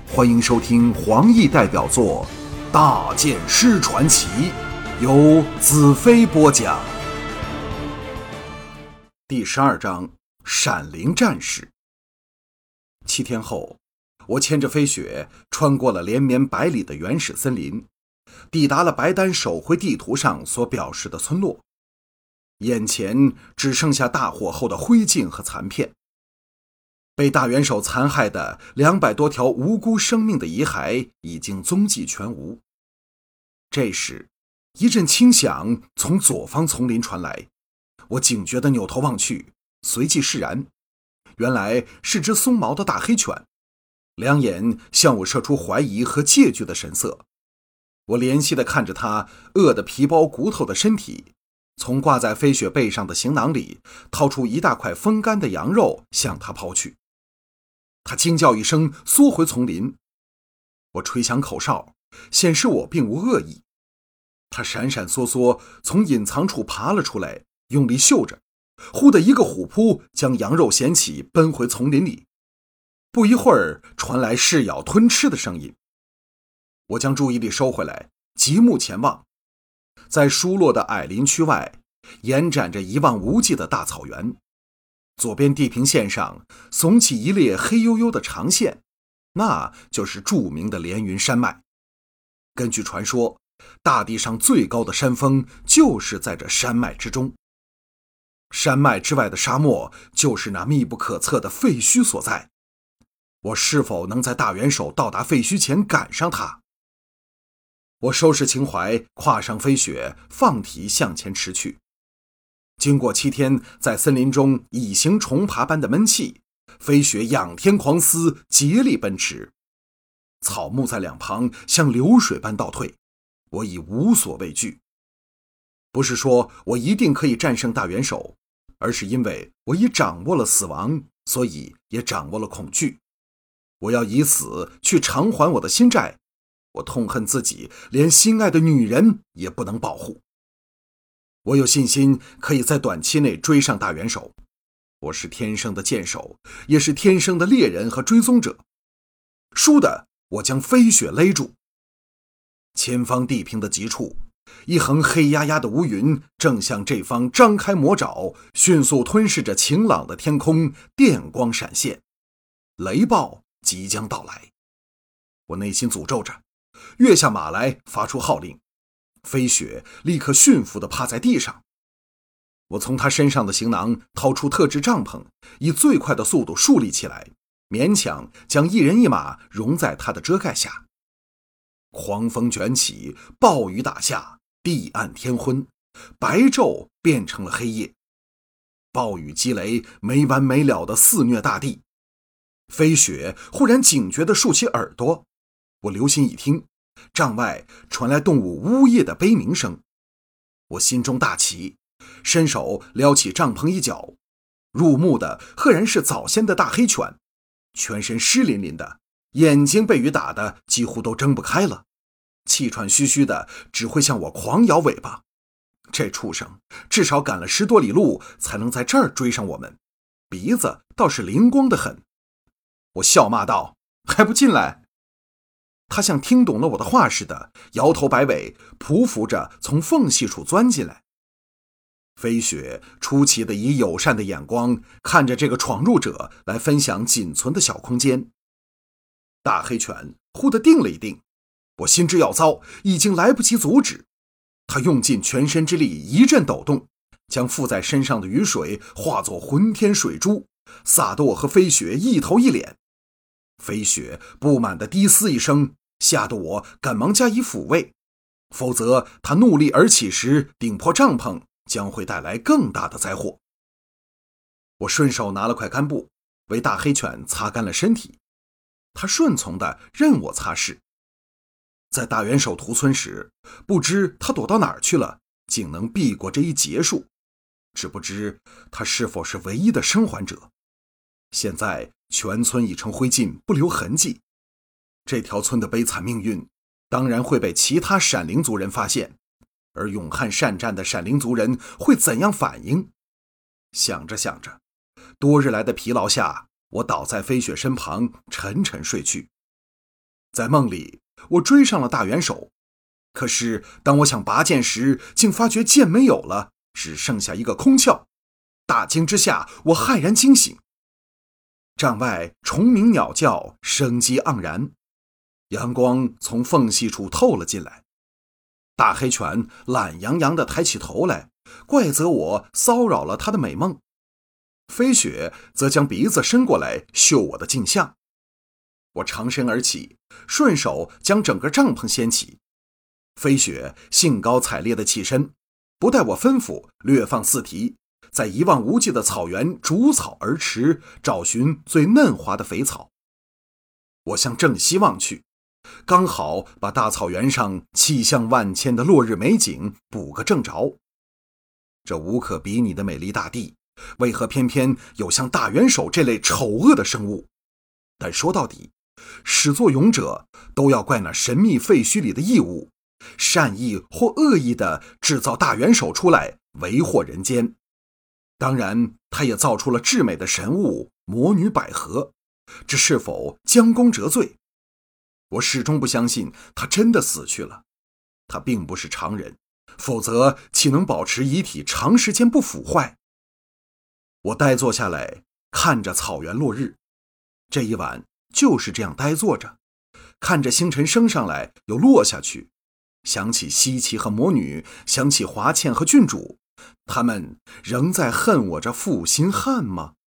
欢迎收听黄奕代表作《大剑师传奇》，由子飞播讲。第12章：闪灵战士。7天后，我牵着飞雪穿过了连绵百里的原始森林，抵达了白丹手绘地图上所表示的村落。眼前只剩下大火后的灰烬和残片，被大元首残害的200多条无辜生命的遗骸已经踪迹全无。这时，一阵轻响从左方丛林传来，我警觉地扭头望去，随即释然，原来是只松毛的大黑犬，两眼向我射出怀疑和戒惧的神色。我怜惜地看着它饿得皮包骨头的身体，从挂在飞雪背上的行囊里掏出一大块风干的羊肉向他抛去。他惊叫一声，缩回丛林。我吹响口哨，显示我并无恶意。他闪闪烁烁从隐藏处爬了出来，用力嗅着，忽的一个虎扑将羊肉捡起，奔回丛林里。不一会儿，传来噬咬吞吃的声音。我将注意力收回来，极目前望。在疏落的矮林区外，延展着一望无际的大草原。左边地平线上耸起一列黑黝黝的长线，那就是著名的连云山脉。根据传说，大地上最高的山峰就是在这山脉之中。山脉之外的沙漠就是那密不可测的废墟所在。我是否能在大元首到达废墟前赶上他？我收拾情怀，跨上飞雪，放蹄向前驰去。经过7天在森林中蚁形虫爬般的闷气，飞雪仰天狂嘶，竭力奔驰。草木在两旁像流水般倒退，我已无所畏惧。不是说我一定可以战胜大元首，而是因为我已掌握了死亡，所以也掌握了恐惧。我要以死去偿还我的心债。我痛恨自己连心爱的女人也不能保护。我有信心可以在短期内追上大元首。我是天生的剑手，也是天生的猎人和追踪者。倏地，我将飞雪勒住。前方地平的极处，一横黑压压的乌云正向这方张开魔爪，迅速吞噬着晴朗的天空，电光闪现，雷暴即将到来。我内心诅咒着，跃下马来，发出号令。飞雪立刻驯服地趴在地上。我从他身上的行囊掏出特制帐篷，以最快的速度竖立起来，勉强将一人一马容在他的遮盖下。狂风卷起，暴雨打下，地暗天昏，白昼变成了黑夜。暴雨击雷没完没了地肆虐大地。飞雪忽然警觉地竖起耳朵，我留心一听，帐外传来动物呜咽的悲鸣声。我心中大起，伸手撩起帐篷一角，入目的赫然是早先的大黑犬，全身湿淋淋的，眼睛被雨打得几乎都睁不开了，气喘吁吁的，只会向我狂摇尾巴。这畜生至少赶了10多里路才能在这儿追上我们，鼻子倒是灵光得很。我笑骂道：“还不进来？”他像听懂了我的话似的，摇头摆尾，匍匐着从缝隙处钻进来。飞雪出奇的以友善的眼光看着这个闯入者来分享仅存的小空间。大黑犬忽地定了一定，我心知要遭，已经来不及阻止。他用尽全身之力，一阵抖动，将附在身上的雨水化作浑天水珠，洒得我和飞雪一头一脸。飞雪不满地低嘶一声，吓得我赶忙加以抚慰，否则他怒力而起时顶破帐篷，将会带来更大的灾祸。我顺手拿了块干布，为大黑犬擦干了身体，他顺从地任我擦拭。在大元首屠村时，不知他躲到哪儿去了，竟能避过这一劫数，只不知他是否是唯一的生还者。现在全村已成灰烬，不留痕迹。这条村的悲惨命运当然会被其他闪灵族人发现，而勇悍善战的闪灵族人会怎样反应？想着想着，多日来的疲劳下，我倒在飞雪身旁沉沉睡去。 在梦里，我追上了大元首，可是当我想拔剑时，竟发觉剑没有了，只剩下一个空鞘。大惊之下，我骇然惊醒。帐外虫鸣鸟叫，生机盎然，阳光从缝隙处透了进来。大黑犬懒洋洋地抬起头来，怪责我骚扰了他的美梦。飞雪则将鼻子伸过来嗅我的镜像。我长身而起，顺手将整个帐篷掀起。飞雪兴高采烈地起身，不待我吩咐，略放四蹄，在一望无际的草原逐草而驰，找寻最嫩滑的肥草。我向正西望去，刚好把大草原上气象万千的落日美景捕个正着。这无可比拟的美丽大地，为何偏偏有像大元首这类丑恶的生物？但说到底，始作俑者都要怪那神秘废墟里的异物，善意或恶意地制造大元首出来，为祸人间。当然，他也造出了至美的神物魔女百合，这是否将功折罪？我始终不相信他真的死去了。他并不是常人，否则岂能保持遗体长时间不腐坏？我呆坐下来，看着草原落日。这一晚就是这样呆坐着，看着星辰升上来又落下去，想起西岐和魔女，想起华倩和郡主，他们仍在恨我这负心汉吗？